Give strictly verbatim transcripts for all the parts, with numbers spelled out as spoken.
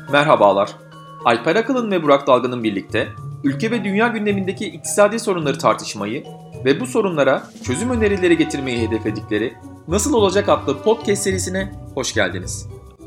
Merhabalar. Alper Akalın ve Burak Dalgın'ın birlikte ülke ve dünya gündemindeki iktisadi sorunları tartışmayı ve bu sorunlara çözüm önerileri getirmeyi hedefledikleri Nasıl Olacak adlı podcast serisine hoş geldiniz.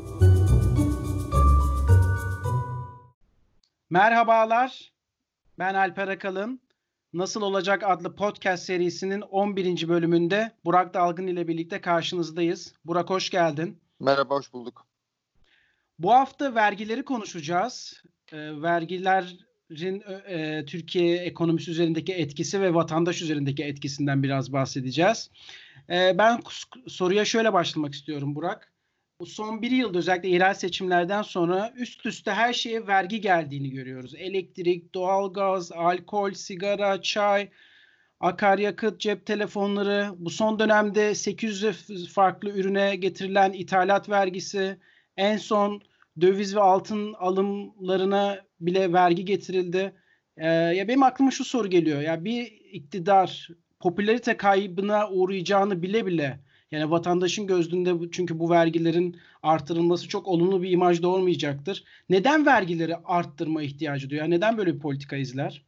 Merhabalar. Ben Alper Akalın. Nasıl Olacak adlı podcast serisinin on birinci bölümünde Burak Dalgın ile birlikte karşınızdayız. Burak hoş geldin. Merhaba, hoş bulduk. Bu hafta vergileri konuşacağız. E, vergilerin e, Türkiye ekonomisi üzerindeki etkisi ve vatandaş üzerindeki etkisinden biraz bahsedeceğiz. E, ben soruya şöyle başlamak istiyorum Burak. Bu son bir yılda özellikle yerel seçimlerden sonra üst üste her şeye vergi geldiğini görüyoruz. Elektrik, doğalgaz, alkol, sigara, çay, akaryakıt, cep telefonları. Bu son dönemde sekiz yüz farklı ürüne getirilen ithalat vergisi, en son döviz ve altın alımlarına bile vergi getirildi. Ee, ya benim aklıma şu soru geliyor. Ya bir iktidar popülarite kaybına uğrayacağını bile bile, yani vatandaşın gözünde çünkü bu vergilerin artırılması çok olumlu bir imaj doğurmayacaktır. Neden vergileri arttırma ihtiyacı duyuyor? Neden böyle bir politika izler?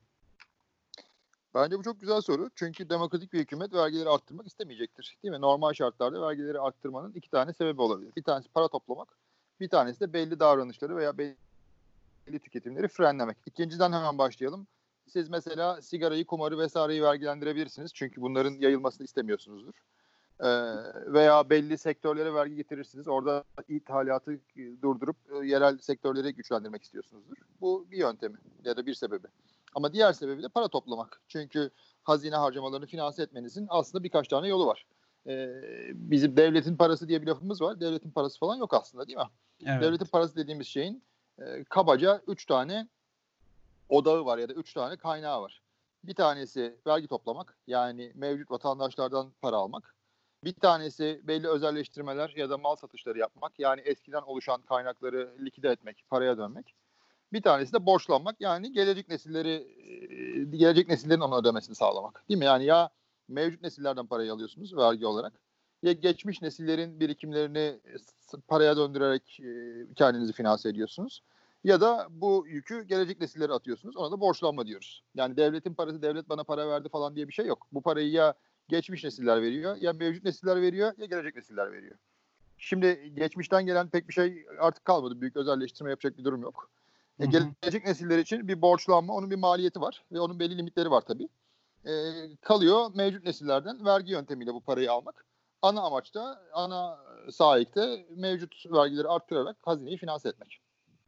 Bence bu çok güzel soru. Çünkü demokratik bir hükümet vergileri arttırmak istemeyecektir. Değil mi? Normal şartlarda vergileri arttırmanın iki tane sebebi olabilir. Bir tanesi para toplamak, bir tanesi de belli davranışları veya belli tüketimleri frenlemek. İkinciden hemen başlayalım. Siz mesela sigarayı, kumarı vesaireyi vergilendirebilirsiniz. Çünkü bunların yayılmasını istemiyorsunuzdur. Ee, veya belli sektörlere vergi getirirsiniz. Orada ithalatı durdurup e, yerel sektörleri güçlendirmek istiyorsunuzdur. Bu bir yöntemi ya da bir sebebi. Ama diğer sebebi de para toplamak. Çünkü hazine harcamalarını finanse etmenizin aslında birkaç tane yolu var. Ee, bizim devletin parası diye bir lafımız var. Devletin parası falan yok aslında, değil mi? Evet. Devletin parası dediğimiz şeyin e, kabaca üç tane odağı var ya da üç tane kaynağı var. Bir tanesi vergi toplamak, yani mevcut vatandaşlardan para almak. Bir tanesi belli özelleştirmeler ya da mal satışları yapmak, yani eskiden oluşan kaynakları likide etmek, paraya dönmek. Bir tanesi de borçlanmak, yani gelecek nesilleri, gelecek nesillerin onu ödemesini sağlamak. Değil mi? Yani ya mevcut nesillerden parayı alıyorsunuz vergi olarak, ya geçmiş nesillerin birikimlerini paraya döndürerek kendinizi finanse ediyorsunuz. Ya da bu yükü gelecek nesillere atıyorsunuz. Ona da borçlanma diyoruz. Yani devletin parası, devlet bana para verdi falan diye bir şey yok. Bu parayı ya geçmiş nesiller veriyor, ya mevcut nesiller veriyor, ya gelecek nesiller veriyor. Şimdi geçmişten gelen pek bir şey artık kalmadı. Büyük özelleştirme yapacak bir durum yok. Hı hı. Gelecek nesiller için bir borçlanma, onun bir maliyeti var ve onun belli limitleri var tabii. Ee, kalıyor mevcut nesillerden vergi yöntemiyle bu parayı almak. Ana amaç da, ana sahip de mevcut vergileri arttırarak hazineyi finanse etmek.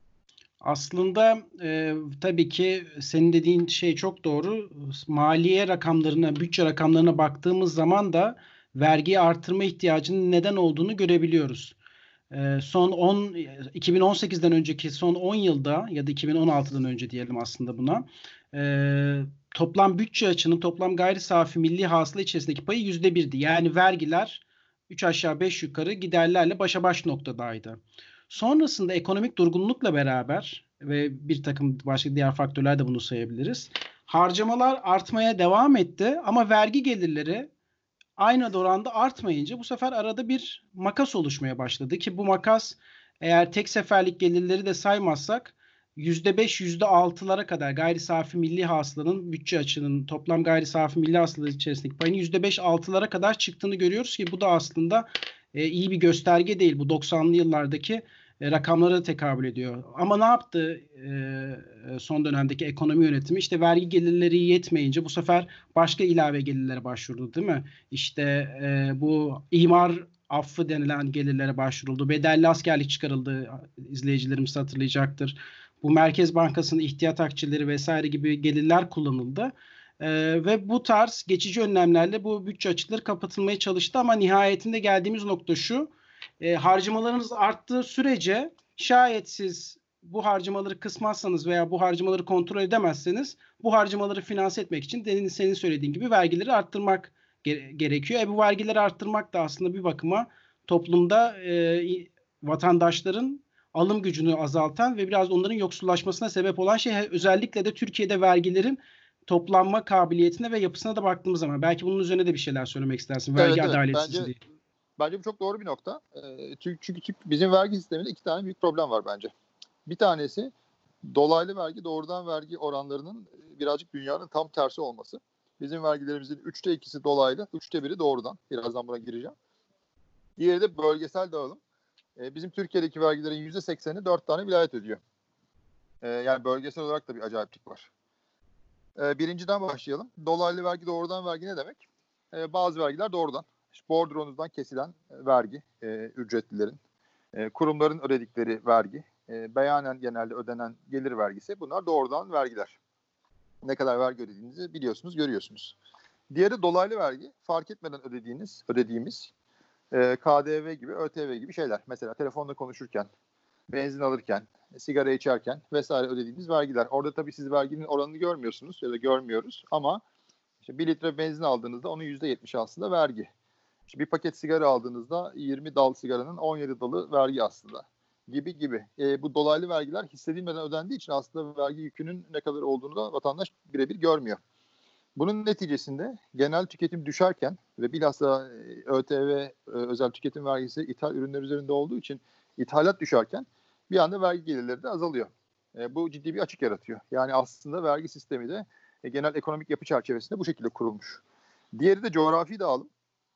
Aslında e, tabii ki senin dediğin şey çok doğru. Maliye rakamlarına, bütçe rakamlarına baktığımız zaman da vergiyi artırma ihtiyacının neden olduğunu görebiliyoruz. E, son on iki bin on sekizden önceki son on yılda ya da iki bin on altıdan önce diyelim aslında buna. E, toplam bütçe açığının toplam gayri safi milli hasıla içerisindeki payı yüzde birdi. Yani vergiler üç aşağı beş yukarı giderlerle başa baş noktadaydı. Sonrasında ekonomik durgunlukla beraber ve bir takım başka diğer faktörler de bunu sayabiliriz. Harcamalar artmaya devam etti ama vergi gelirleri aynı oranda artmayınca bu sefer arada bir makas oluşmaya başladı ki bu makas, eğer tek seferlik gelirleri de saymazsak yüzde beş yüzde altılara kadar gayri safi milli hasılanın, bütçe açığının toplam gayri safi milli hasıla içerisindeki payının yüzde beş altılara kadar çıktığını görüyoruz ki bu da aslında e, iyi bir gösterge değil. Bu doksanlı yıllardaki e, rakamlara da tekabül ediyor. Ama ne yaptı e, son dönemdeki ekonomi yönetimi? İşte vergi gelirleri yetmeyince bu sefer başka ilave gelirlere başvurdu, değil mi? İşte e, bu imar affı denilen gelirlere başvuruldu. Bedelli askerlik çıkarıldı. İzleyicilerimiz hatırlayacaktır. Bu Merkez Bankası'nın ihtiyat akçeleri vesaire gibi gelirler kullanıldı. Ee, ve bu tarz geçici önlemlerle bu bütçe açıkları kapatılmaya çalıştı ama nihayetinde geldiğimiz nokta şu: e, harcamalarınız arttığı sürece şayet siz bu harcamaları kısmazsanız veya bu harcamaları kontrol edemezseniz bu harcamaları finanse etmek için senin söylediğin gibi vergileri arttırmak gere- gerekiyor. E, bu vergileri arttırmak da aslında bir bakıma toplumda e, vatandaşların alım gücünü azaltan ve biraz onların yoksullaşmasına sebep olan şey, özellikle de Türkiye'de vergilerin toplanma kabiliyetine ve yapısına da baktığımız zaman. Belki bunun üzerine de bir şeyler söylemek istersin. Vergi evet, adaletsizliği. Evet. Bence, bence bu çok doğru bir nokta. Ee, çünkü, çünkü bizim vergi sisteminde iki tane büyük problem var bence. Bir tanesi dolaylı vergi, doğrudan vergi oranlarının birazcık dünyanın tam tersi olması. Bizim vergilerimizin üçte ikisi dolaylı, üçte biri doğrudan. Birazdan buna gireceğim. Diğeri de bölgesel dağılım. E, bizim Türkiye'deki vergilerin yüzde sekseni dört tane vilayet ödüyor. E, yani bölgesel olarak da bir acayiplik var. E, birinciden başlayalım. Dolaylı vergi, doğrudan vergi ne demek? E, bazı vergiler doğrudan. İşte bordronuzdan kesilen vergi, e, ücretlilerin, e, kurumların ödedikleri vergi, e, beyanen genelde ödenen gelir vergisi, bunlar doğrudan vergiler. Ne kadar vergi ödediğinizi biliyorsunuz, görüyorsunuz. Diğeri dolaylı vergi, fark etmeden ödediğiniz, ödediğimiz e, K D V gibi, Ö T V gibi şeyler. Mesela telefonla konuşurken, benzin alırken, sigara içerken vesaire ödediğimiz vergiler. Orada tabii siz verginin oranını görmüyorsunuz ya da görmüyoruz ama işte bir litre benzin aldığınızda onun yüzde yetmişi aslında vergi. İşte bir paket sigara aldığınızda yirmi dal sigaranın on yedi dalı vergi aslında. Gibi gibi. E, bu dolaylı vergiler hissedilmeden ödendiği için aslında vergi yükünün ne kadar olduğunu da vatandaş birebir görmüyor. Bunun neticesinde genel tüketim düşerken ve bilhassa Ö T V, özel tüketim vergisi ithal ürünler üzerinde olduğu için ithalat düşerken bir anda vergi gelirleri de azalıyor. E, bu ciddi bir açık yaratıyor. Yani aslında vergi sistemi de e, genel ekonomik yapı çerçevesinde bu şekilde kurulmuş. Diğeri de coğrafi dağılım.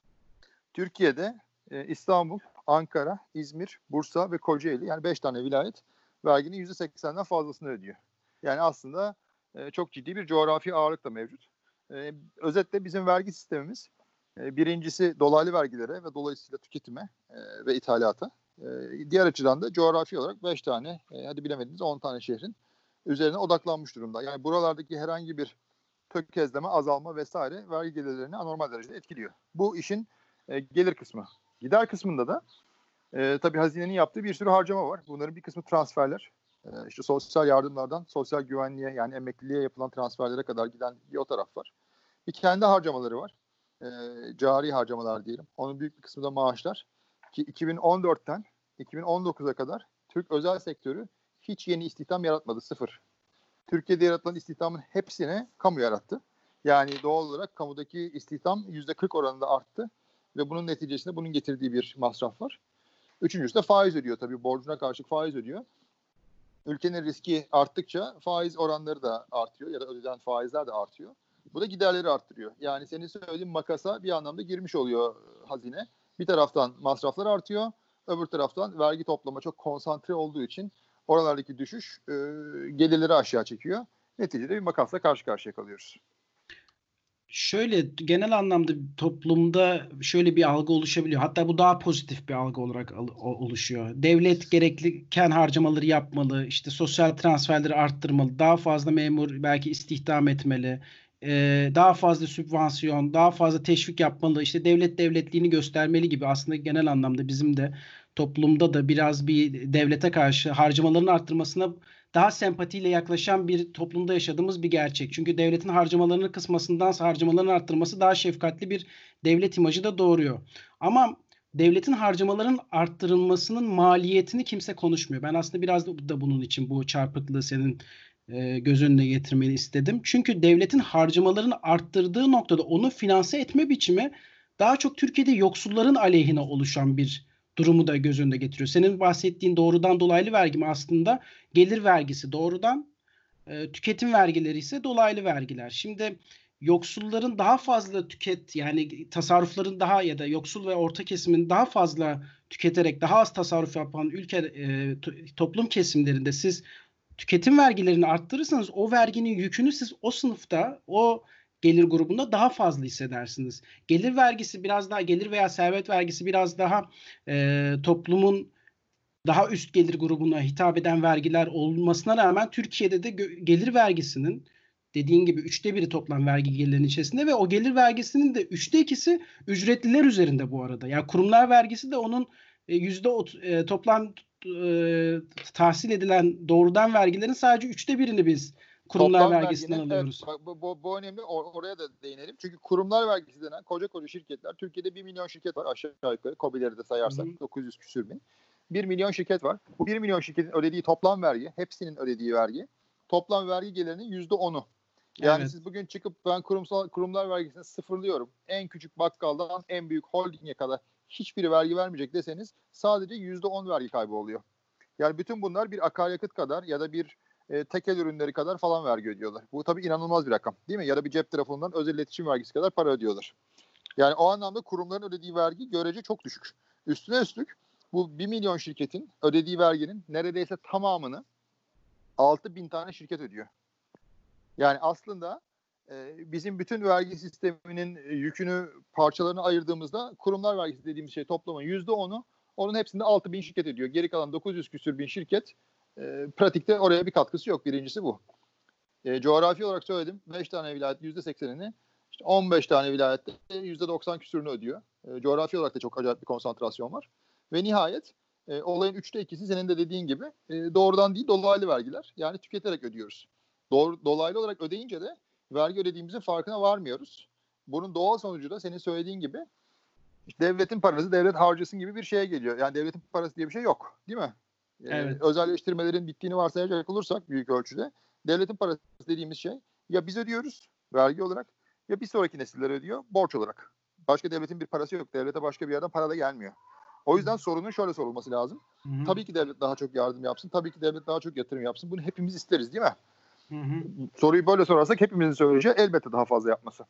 Türkiye'de e, İstanbul, Ankara, İzmir, Bursa ve Kocaeli, yani beş tane vilayet verginin yüzde seksenden fazlasını ödüyor. Yani aslında e, çok ciddi bir coğrafi ağırlık da mevcut. E, özetle bizim vergi sistemimiz e, birincisi dolaylı vergilere ve dolayısıyla tüketime e, ve ithalata. E, diğer açıdan da coğrafi olarak beş tane, e, hadi bilemediniz on tane şehrin üzerine odaklanmış durumda. Yani buralardaki herhangi bir tökezleme, azalma vesaire vergi gelirlerini anormal derecede etkiliyor. Bu işin e, gelir kısmı. Gider kısmında da e, tabii hazinenin yaptığı bir sürü harcama var. Bunların bir kısmı transferler. E, işte sosyal yardımlardan sosyal güvenliğe, yani emekliliğe yapılan transferlere kadar giden bir o taraf var. Bir kendi harcamaları var. E, cari harcamalar diyelim. Onun büyük bir kısmı da maaşlar. Ki iki bin on dörtten iki bin on dokuza kadar Türk özel sektörü hiç yeni istihdam yaratmadı. Sıfır. Türkiye'de yaratılan istihdamın hepsini kamu yarattı. Yani doğal olarak kamudaki istihdam yüzde kırk oranında arttı ve bunun neticesinde bunun getirdiği bir masraf var. Üçüncüsü de faiz ödüyor tabii. Borcuna karşılık faiz ödüyor. Ülkenin riski arttıkça faiz oranları da artıyor ya da ödenen faizler de artıyor. Bu da giderleri arttırıyor. Yani senin söylediğin makasa bir anlamda girmiş oluyor hazine. Bir taraftan masraflar artıyor, öbür taraftan vergi toplama çok konsantre olduğu için oralardaki düşüş e, gelirleri aşağı çekiyor. Neticede bir makasla karşı karşıya kalıyoruz. Şöyle genel anlamda toplumda şöyle bir algı oluşabiliyor. Hatta bu daha pozitif bir algı olarak al- oluşuyor. Devlet gerekliken harcamaları yapmalı, işte sosyal transferleri arttırmalı, daha fazla memur belki istihdam etmeli, e, daha fazla sübvansiyon, daha fazla teşvik yapmalı, işte devlet devletliğini göstermeli gibi aslında genel anlamda bizim de toplumda da biraz bir devlete karşı harcamaların arttırmasına daha sempatiyle yaklaşan bir toplumda yaşadığımız bir gerçek. Çünkü devletin harcamalarını kısmasındansa harcamalarını arttırması daha şefkatli bir devlet imajı da doğuruyor. Ama devletin harcamaların arttırılmasının maliyetini kimse konuşmuyor. Ben aslında biraz da bunun için bu çarpıklığı senin e, göz önüne getirmeni istedim. Çünkü devletin harcamalarını arttırdığı noktada onu finanse etme biçimi daha çok Türkiye'de yoksulların aleyhine oluşan bir durumu da göz önünde getiriyor. Senin bahsettiğin doğrudan dolaylı vergi mi aslında gelir vergisi doğrudan, e, tüketim vergileri ise dolaylı vergiler. Şimdi yoksulların daha fazla tüket yani tasarrufların daha ya da yoksul ve orta kesimin daha fazla tüketerek daha az tasarruf yapan ülke e, toplum kesimlerinde siz tüketim vergilerini arttırırsanız o verginin yükünü siz o sınıfta o gelir grubunda daha fazla hissedersiniz. Gelir vergisi biraz daha gelir veya servet vergisi biraz daha e, toplumun daha üst gelir grubuna hitap eden vergiler olmasına rağmen Türkiye'de de gelir vergisinin dediğin gibi üçte biri toplam vergi gelirlerinin içerisinde ve o gelir vergisinin de üçte ikisi ücretliler üzerinde bu arada. Yani kurumlar vergisi de onun e, yüzde e, toplam e, tahsil edilen doğrudan vergilerin sadece üçte birini biz kurumlar Toplam vergisinden verginin, alıyoruz. evet, bu, bu, bu önemli. Or- oraya da değinelim. Çünkü kurumlar vergisi denen koca koca şirketler, Türkiye'de bir milyon şirket var aşağı yukarı. KOBİ'leri de sayarsak Hı hı. dokuz yüz küsür bin. bir milyon şirket var. Bu bir milyon şirketin ödediği toplam vergi, hepsinin ödediği vergi, toplam vergi gelirinin yüzde onu. Yani Evet. siz bugün çıkıp ben kurumsal kurumlar vergisini sıfırlıyorum, en küçük bakkaldan en büyük holdinge kadar hiçbiri vergi vermeyecek deseniz sadece yüzde on vergi kaybı oluyor. Yani bütün bunlar bir akaryakıt kadar ya da bir e, tekel ürünleri kadar falan vergi ödüyorlar. Bu tabii inanılmaz bir rakam değil mi? Ya da bir cep telefonundan özel iletişim vergisi kadar para ödüyorlar. Yani o anlamda kurumların ödediği vergi görece çok düşük. Üstüne üstlük bu bir milyon şirketin ödediği verginin neredeyse tamamını altı bin tane şirket ödüyor. Yani aslında e, bizim bütün vergi sisteminin yükünü parçalarına ayırdığımızda kurumlar vergisi dediğimiz şey toplamın yüzde onu, onun hepsinde altı bin şirket ödüyor. Geri kalan dokuz yüz küsür bin şirket e, pratikte oraya bir katkısı yok. Birincisi bu. E, coğrafi olarak söyledim. beş tane vilayet yüzde seksenini, işte on beş tane vilayette yüzde doksan küsürünü ödüyor. E, coğrafi olarak da çok acayip bir konsantrasyon var. Ve nihayet e, olayın üçte ikisi senin de dediğin gibi e, doğrudan değil dolaylı vergiler. Yani tüketerek ödüyoruz. Doğru, dolaylı olarak ödeyince de vergi ödediğimizin farkına varmıyoruz. Bunun doğal sonucu da senin söylediğin gibi işte devletin parası devlet harcasın gibi bir şeye geliyor. Yani devletin parası diye bir şey yok, değil mi? Evet. Ee, özelleştirmelerin bittiğini varsayacak olursak büyük ölçüde devletin parası dediğimiz şey ya biz ödüyoruz vergi olarak ya bir sonraki nesiller ödüyor borç olarak. Başka devletin bir parası yok. Devlete başka bir yerden para da gelmiyor. O yüzden sorunun şöyle sorulması lazım. Hı hı. Tabii ki devlet daha çok yardım yapsın. Tabii ki devlet daha çok yatırım yapsın. Bunu hepimiz isteriz değil mi? Hı hı. Soruyu böyle sorarsak hepimizin söyleyeceği elbette daha fazla yapması.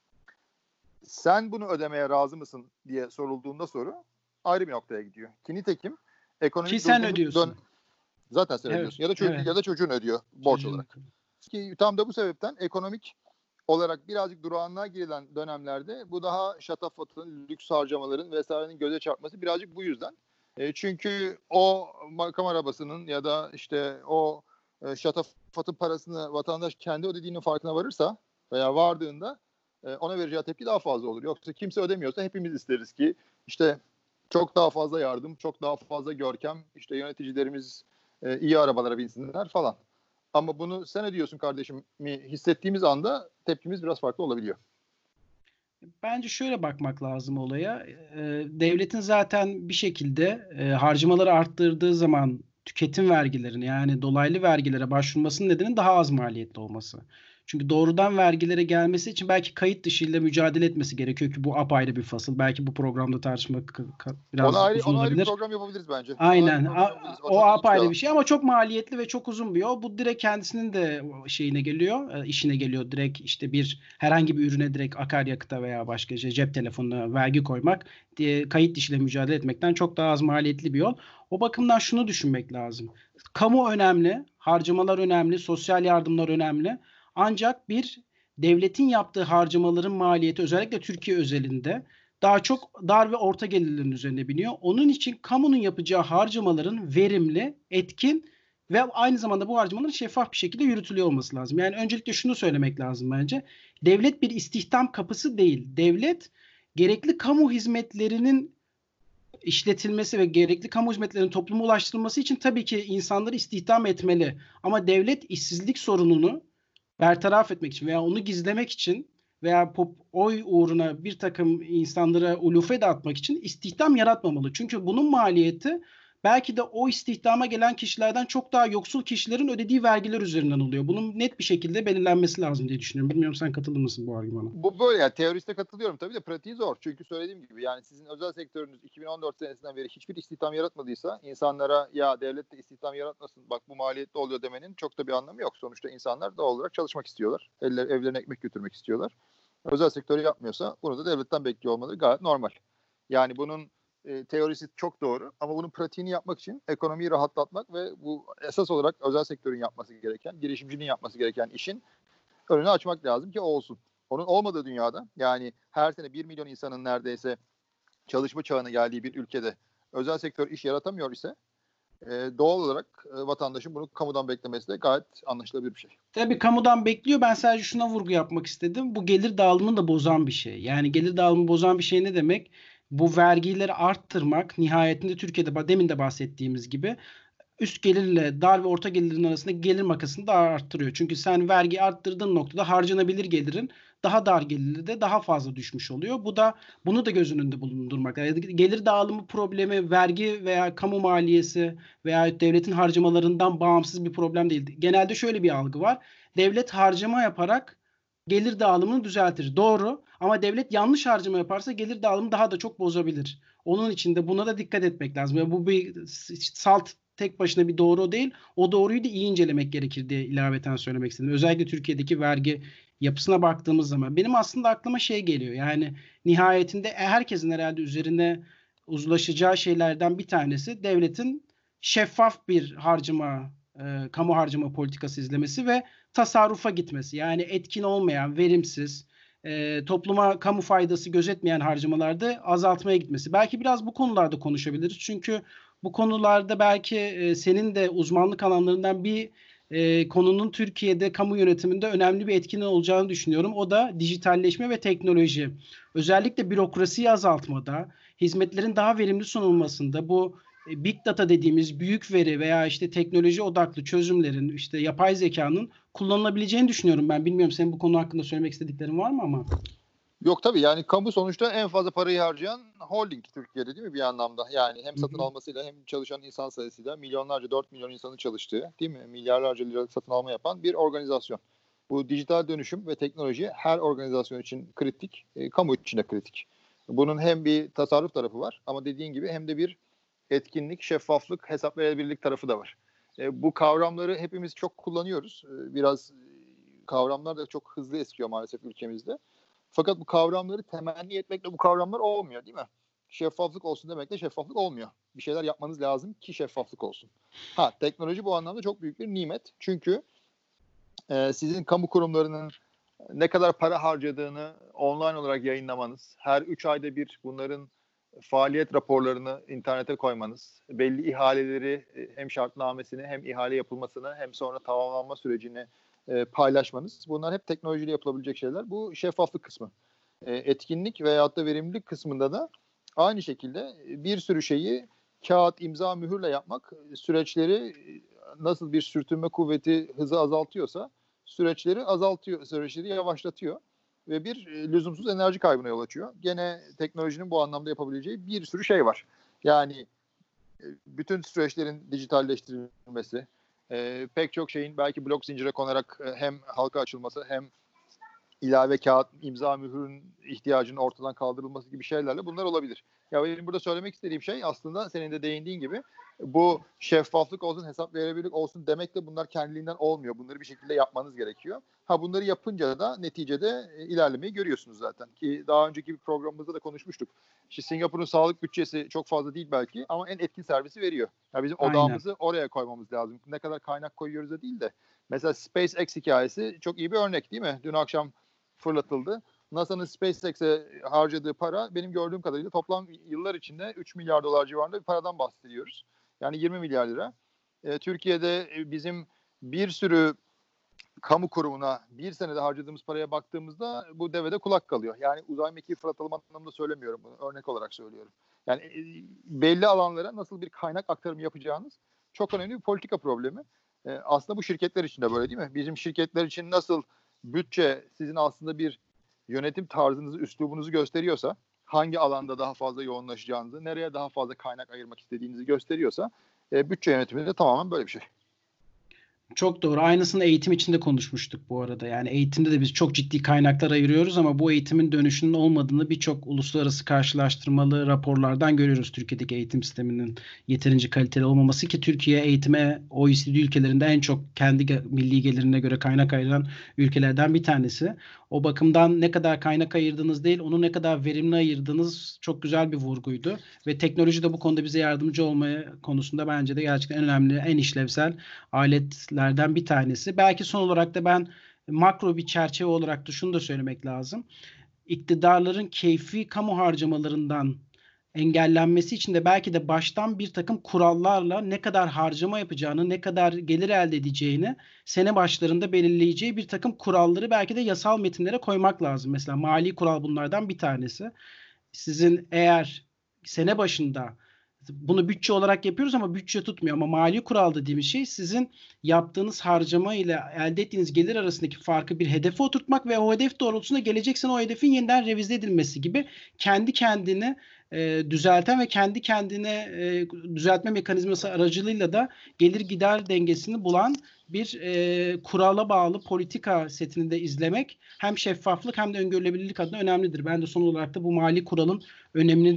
Sen bunu ödemeye razı mısın diye sorulduğunda soru ayrı bir noktaya gidiyor. Ki nitekim ekonomik Ki sen durgunluk ödüyorsun. dön- zaten sen Evet, ödüyorsun. Ya da çocuğun evet. ya da çocuğun ödüyor borç Çocuğun- olarak. Ki tam da bu sebepten ekonomik olarak birazcık durağanlığa girilen dönemlerde bu daha şatafatın, lüks harcamaların vesairenin göze çarpması birazcık bu yüzden. E, çünkü o makam arabasının ya da işte o e, şatafatın parasını vatandaş kendi ödediğinin farkına varırsa veya vardığında e, ona vereceği tepki daha fazla olur. Yoksa kimse ödemiyorsa hepimiz isteriz ki işte çok daha fazla yardım, çok daha fazla görkem, işte yöneticilerimiz e, iyi arabalara binsinler falan. Ama bunu sen ödüyorsun kardeşim mi hissettiğimiz anda tepkimiz biraz farklı olabiliyor. Bence şöyle bakmak lazım olaya. Ee, devletin zaten bir şekilde e, harcamaları arttırdığı zaman tüketim vergilerini yani dolaylı vergilere başvurmasının nedeni daha az maliyetli olması. Çünkü doğrudan vergilere gelmesi için belki kayıt dışıyla mücadele etmesi gerekiyor ki bu apayrı bir fasıl. Belki bu programda tartışmak k- k- Ona biraz ayrı, uzun ona ayrı bir olabilir. program yapabiliriz bence. Ona ayrı Aynen. bir program A- yapabiliriz. O o çok ilginç bir apayrı alan. bir şey ama çok maliyetli ve çok uzun bir yol. Bu direkt kendisinin de şeyine geliyor, e, işine geliyor. Direkt işte bir herhangi bir ürüne direkt akaryakıta veya başka şey, cep telefonuna vergi koymak, diye, kayıt dışıyla mücadele etmekten çok daha az maliyetli bir yol. O bakımdan şunu düşünmek lazım. Kamu önemli, harcamalar önemli, sosyal yardımlar önemli. Ancak bir devletin yaptığı harcamaların maliyeti özellikle Türkiye özelinde daha çok dar ve orta gelirlerin üzerine biniyor. Onun için kamunun yapacağı harcamaların verimli, etkin ve aynı zamanda bu harcamaların şeffaf bir şekilde yürütülüyor olması lazım. Yani öncelikle şunu söylemek lazım bence. Devlet bir istihdam kapısı değil. Devlet gerekli kamu hizmetlerinin işletilmesi ve gerekli kamu hizmetlerinin topluma ulaştırılması için tabii ki insanları istihdam etmeli. Ama devlet işsizlik sorununu bertaraf etmek için veya onu gizlemek için veya pop, oy uğruna bir takım insanlara ulufe dağıtmak için istihdam yaratmamalı. Çünkü bunun maliyeti belki de o istihdama gelen kişilerden çok daha yoksul kişilerin ödediği vergiler üzerinden oluyor. Bunun net bir şekilde belirlenmesi lazım diye düşünüyorum. Bilmiyorum sen katılır mısın bu argümana? Bu böyle yani teoriste katılıyorum tabii de pratiği zor. Çünkü söylediğim gibi yani sizin özel sektörünüz iki bin on dört senesinden beri hiçbir istihdam yaratmadıysa insanlara ya devlet de istihdam yaratmasın bak bu maliyetli oluyor demenin çok da bir anlamı yok. Sonuçta insanlar doğal olarak çalışmak istiyorlar. Eller, evlerine ekmek götürmek istiyorlar. Özel sektörü yapmıyorsa bunu da devletten bekliyor olmaları gayet normal. Yani bunun e, teorisi çok doğru ama bunun pratiğini yapmak için ekonomiyi rahatlatmak ve bu esas olarak özel sektörün yapması gereken, girişimcinin yapması gereken işin önünü açmak lazım ki o olsun. Onun olmadığı dünyada yani her sene bir milyon insanın neredeyse çalışma çağına geldiği bir ülkede özel sektör iş yaratamıyor ise e, doğal olarak e, vatandaşın bunu kamudan beklemesi de gayet anlaşılabilir bir şey. Tabii kamudan bekliyor. Ben sadece şuna vurgu yapmak istedim. Bu gelir dağılımını da bozan bir şey. Yani gelir dağılımını bozan bir şey ne demek? Bu vergileri arttırmak nihayetinde Türkiye'de demin de bahsettiğimiz gibi üst gelirle dar ve orta gelirin arasındaki gelir makasını daha arttırıyor. Çünkü sen vergi arttırdığın noktada harcanabilir gelirin daha dar gelirli de daha fazla düşmüş oluyor. Bu da bunu da göz önünde bulundurmak. Yani gelir dağılımı problemi vergi veya kamu maliyesi veya devletin harcamalarından bağımsız bir problem değil. Genelde şöyle bir algı var. Devlet harcama yaparak gelir dağılımını düzeltir. Doğru ama devlet yanlış harcama yaparsa gelir dağılımı daha da çok bozabilir. Onun için de buna da dikkat etmek lazım. Yani bu bir salt tek başına bir doğru değil. O doğruyu da iyi incelemek gerekir diye ilaveten söylemek istedim. Özellikle Türkiye'deki vergi yapısına baktığımız zaman. Benim aslında aklıma şey geliyor. Yani nihayetinde herkesin herhalde üzerine uzlaşacağı şeylerden bir tanesi devletin şeffaf bir harcama, e, kamu harcama politikası izlemesi ve tasarrufa gitmesi. Yani etkin olmayan, verimsiz, e, topluma kamu faydası gözetmeyen harcamalarda azaltmaya gitmesi. Belki biraz bu konularda konuşabiliriz. Çünkü bu konularda belki e, senin de uzmanlık alanlarından bir e, konunun Türkiye'de kamu yönetiminde önemli bir etkinin olacağını düşünüyorum. O da dijitalleşme ve teknoloji. Özellikle bürokrasiyi azaltmada, hizmetlerin daha verimli sunulmasında bu e, Big Data dediğimiz büyük veri veya işte teknoloji odaklı çözümlerin, işte yapay zekanın kullanılabileceğini düşünüyorum ben. Bilmiyorum senin bu konu hakkında söylemek istediklerin var mı ama? Yok tabii, yani kamu sonuçta en fazla parayı harcayan holding Türkiye'de, değil mi bir anlamda? Yani hem satın Hı hı. almasıyla hem çalışan insan sayısıyla milyonlarca, dört milyon insanın çalıştığı, değil mi? Milyarlarca liralık satın alma yapan bir organizasyon. Bu dijital dönüşüm ve teknoloji her organizasyon için kritik, e, kamu için de kritik. Bunun hem bir tasarruf tarafı var ama dediğin gibi hem de bir etkinlik, şeffaflık, hesap verebilirlik tarafı da var. E, bu kavramları hepimiz çok kullanıyoruz. E, biraz e, kavramlar da çok hızlı eskiyor maalesef ülkemizde. Fakat bu kavramları temenni etmekle bu kavramlar olmuyor, değil mi? Şeffaflık olsun demekle şeffaflık olmuyor. Bir şeyler yapmanız lazım ki şeffaflık olsun. Ha, teknoloji bu anlamda çok büyük bir nimet. Çünkü e, sizin kamu kurumlarının ne kadar para harcadığını online olarak yayınlamanız, her üç ayda bir bunların faaliyet raporlarını internete koymanız, belli ihaleleri e, hem şartnamesini hem ihale yapılmasını hem sonra tamamlanma sürecini e, paylaşmanız, bunlar hep teknolojiyle yapılabilecek şeyler. Bu şeffaflık kısmı. E, etkinlik veyahut da verimlilik kısmında da aynı şekilde bir sürü şeyi kağıt, imza, mühürle yapmak süreçleri nasıl bir sürtünme kuvveti hızı azaltıyorsa süreçleri azaltıyor, süreçleri yavaşlatıyor ve bir e, lüzumsuz enerji kaybına yol açıyor. Gene teknolojinin bu anlamda yapabileceği bir sürü şey var. Yani e, bütün süreçlerin dijitalleştirilmesi, e, pek çok şeyin belki blok zincire konarak e, hem halka açılması hem ilave kağıt, imza, mühürün ihtiyacının ortadan kaldırılması gibi şeylerle bunlar olabilir. Ya benim burada söylemek istediğim şey aslında senin de değindiğin gibi bu şeffaflık olsun, hesap verebilirlik olsun demekle bunlar kendiliğinden olmuyor. Bunları bir şekilde yapmanız gerekiyor. Ha, bunları yapınca da neticede e, ilerlemeyi görüyorsunuz zaten. Ki daha önceki bir programımızda da konuşmuştuk. İşte Singapur'un sağlık bütçesi çok fazla değil belki ama en etkin servisi veriyor. Ya bizim Aynen. odağımızı oraya koymamız lazım. Ne kadar kaynak koyuyoruz da değil de. Mesela SpaceX hikayesi çok iyi bir örnek, değil mi? Dün akşam fırlatıldı. NASA'nın SpaceX'e harcadığı para benim gördüğüm kadarıyla toplam yıllar içinde üç milyar dolar civarında bir paradan bahsediyoruz. Yani yirmi milyar lira. E, Türkiye'de bizim bir sürü kamu kurumuna bir senede harcadığımız paraya baktığımızda bu devede kulak kalıyor. Yani uzay mekiği fırlatalım anlamında söylemiyorum bunu. Örnek olarak söylüyorum. Yani e, belli alanlara nasıl bir kaynak aktarımı yapacağınız çok önemli bir politika problemi. E, aslında bu şirketler için de böyle, değil mi? Bizim şirketler için nasıl bütçe sizin aslında bir yönetim tarzınızı, üslubunuzu gösteriyorsa, hangi alanda daha fazla yoğunlaşacağınızı, nereye daha fazla kaynak ayırmak istediğinizi gösteriyorsa, e, bütçe yönetimi de tamamen böyle bir şey. Çok doğru. Aynısını eğitim için de konuşmuştuk bu arada. Yani eğitimde de biz çok ciddi kaynaklar ayırıyoruz ama bu eğitimin dönüşünün olmadığını birçok uluslararası karşılaştırmalı raporlardan görüyoruz. Türkiye'deki eğitim sisteminin yeterince kaliteli olmaması ki Türkiye eğitime O E C D ülkelerinde en çok kendi milli gelirine göre kaynak ayıran ülkelerden bir tanesi. O bakımdan ne kadar kaynak ayırdığınız değil, onu ne kadar verimli ayırdığınız çok güzel bir vurguydu. Ve teknoloji de bu konuda bize yardımcı olmaya konusunda bence de gerçekten en önemli, en işlevsel aletlerden bir tanesi. Belki son olarak da ben makro bir çerçeve olarak da şunu da söylemek lazım. İktidarların keyfi kamu harcamalarından engellenmesi için de belki de baştan bir takım kurallarla ne kadar harcama yapacağını, ne kadar gelir elde edeceğini sene başlarında belirleyeceği bir takım kuralları belki de yasal metinlere koymak lazım. Mesela mali kural bunlardan bir tanesi. Sizin eğer sene başında bunu bütçe olarak yapıyoruz ama bütçe tutmuyor ama mali kural dediğimiz şey sizin yaptığınız harcama ile elde ettiğiniz gelir arasındaki farkı bir hedefe oturtmak ve o hedef doğrultusunda gelecek sene o hedefin yeniden revize edilmesi gibi kendi kendini e, düzelten ve kendi kendine e, düzeltme mekanizması aracılığıyla da gelir gider dengesini bulan bir e, kurala bağlı politika setini de izlemek hem şeffaflık hem de öngörülebilirlik adına önemlidir. Ben de son olarak da bu mali kuralın önemini de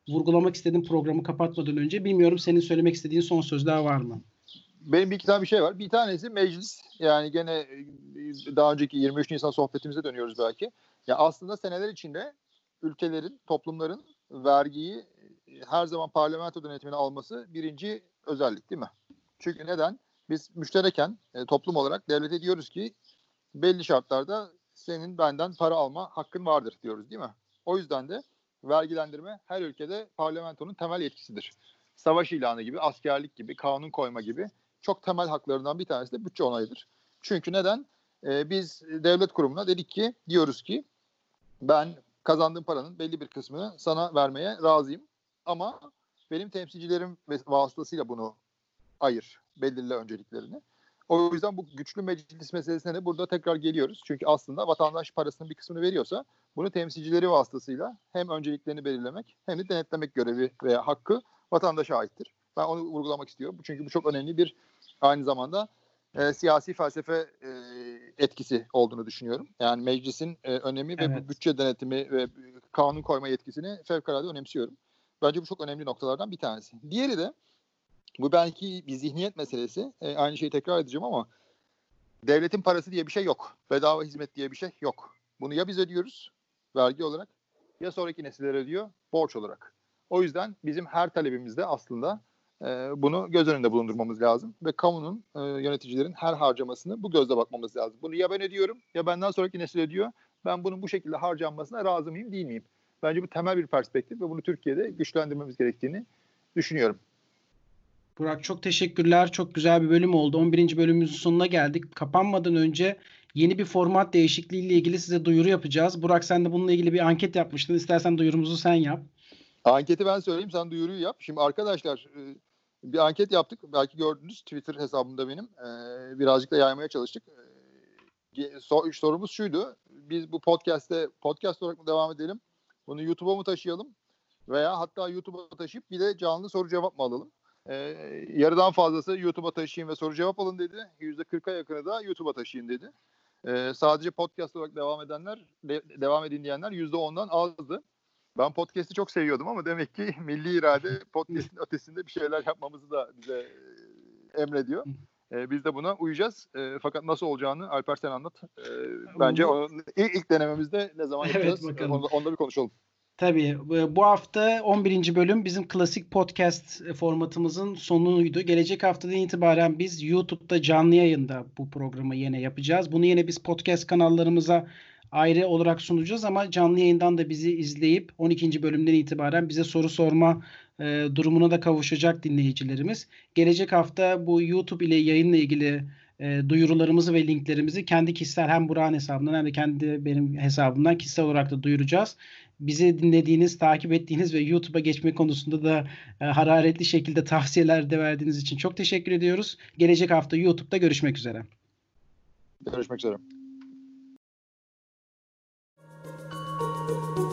vurgulamak istediğin programı kapatmadan önce. Bilmiyorum, senin söylemek istediğin son sözler var mı? Benim bir iki tane bir şey var. Bir tanesi meclis. Yani gene daha önceki yirmi üç Nisan sohbetimize dönüyoruz belki. Ya aslında seneler içinde ülkelerin, toplumların vergiyi her zaman parlamento denetimine alması birinci özellik değil mi? Çünkü neden? Biz müştereken e, toplum olarak devlete diyoruz ki belli şartlarda senin benden para alma hakkın vardır diyoruz değil mi? O yüzden de vergilendirme her ülkede parlamentonun temel yetkisidir. Savaş ilanı gibi, askerlik gibi, kanun koyma gibi çok temel haklarından bir tanesi de bütçe onayıdır. Çünkü neden? Ee, biz devlet kurumuna dedik ki, diyoruz ki ben kazandığım paranın belli bir kısmını sana vermeye razıyım. Ama benim temsilcilerim vasıtasıyla bunu ayır, belirle önceliklerini. O yüzden bu güçlü meclis meselesine de burada tekrar geliyoruz. Çünkü aslında vatandaş parasının bir kısmını veriyorsa bunu temsilcileri vasıtasıyla hem önceliklerini belirlemek hem de denetlemek görevi veya hakkı vatandaşa aittir. Ben onu vurgulamak istiyorum. Çünkü bu çok önemli bir aynı zamanda e, siyasi felsefe e, etkisi olduğunu düşünüyorum. Yani meclisin e, önemi Evet. ve bu bütçe denetimi ve kanun koyma yetkisini fevkalade önemsiyorum. Bence bu çok önemli noktalardan bir tanesi. Diğeri de bu belki bir zihniyet meselesi. E, aynı şeyi tekrar edeceğim ama devletin parası diye bir şey yok. Bedava hizmet diye bir şey yok. Bunu ya biz ödüyoruz vergi olarak ya sonraki nesiller ödüyor borç olarak. O yüzden bizim her talebimizde aslında e, bunu göz önünde bulundurmamız lazım. Ve kamunun, e, yöneticilerin her harcamasını bu gözle bakmamız lazım. Bunu ya ben ödüyorum ya benden sonraki nesil ödüyor. Ben bunun bu şekilde harcanmasına razı mıyım değil miyim? Bence bu temel bir perspektif ve bunu Türkiye'de güçlendirmemiz gerektiğini düşünüyorum. Burak, çok teşekkürler. Çok güzel bir bölüm oldu. on birinci bölümümüzün sonuna geldik. Kapanmadan önce yeni bir format değişikliğiyle ilgili size duyuru yapacağız. Burak, sen de bununla ilgili bir anket yapmıştın. İstersen duyurumuzu sen yap. Anketi ben söyleyeyim, sen duyuruyu yap. Şimdi arkadaşlar bir anket yaptık. Belki gördünüz Twitter hesabımda benim. Birazcık da yaymaya çalıştık. Sorumuz şuydu. Biz bu podcast'te podcast olarak mı devam edelim? Bunu YouTube'a mı taşıyalım? Veya hatta YouTube'a taşıyıp bir de canlı soru cevap mı alalım? Ee, yarıdan fazlası YouTube'a taşıyın ve soru cevap alın dedi. yüzde kırka yakını da YouTube'a taşıyın dedi. Ee, sadece podcast olarak devam edenler, de, devam edin diyenler yüzde ondan azdı. Ben podcast'i çok seviyordum ama demek ki milli irade podcast'in ötesinde bir şeyler yapmamızı da bize e, emrediyor. E, biz de buna uyacağız. E, fakat nasıl olacağını Alper sen anlat. E, bence onu, ilk, ilk denememizde ne zaman yapacağız? Evet, bakalım. Onu, onu da bir konuşalım. Tabii bu hafta on birinci bölüm bizim klasik podcast formatımızın sonuydu. Gelecek haftadan itibaren biz YouTube'da canlı yayında bu programı yine yapacağız. Bunu yine biz podcast kanallarımıza ayrı olarak sunacağız ama canlı yayından da bizi izleyip on ikinci bölümden itibaren bize soru sorma e, durumuna da kavuşacak dinleyicilerimiz. Gelecek hafta bu YouTube ile yayınla ilgili e, duyurularımızı ve linklerimizi kendi kişisel hem Burak'ın hesabından hem de kendi benim hesabımdan kişisel olarak da duyuracağız. Bizi dinlediğiniz, takip ettiğiniz ve YouTube'a geçme konusunda da e, hararetli şekilde tavsiyeler de verdiğiniz için çok teşekkür ediyoruz. Gelecek hafta YouTube'da görüşmek üzere. Görüşmek üzere.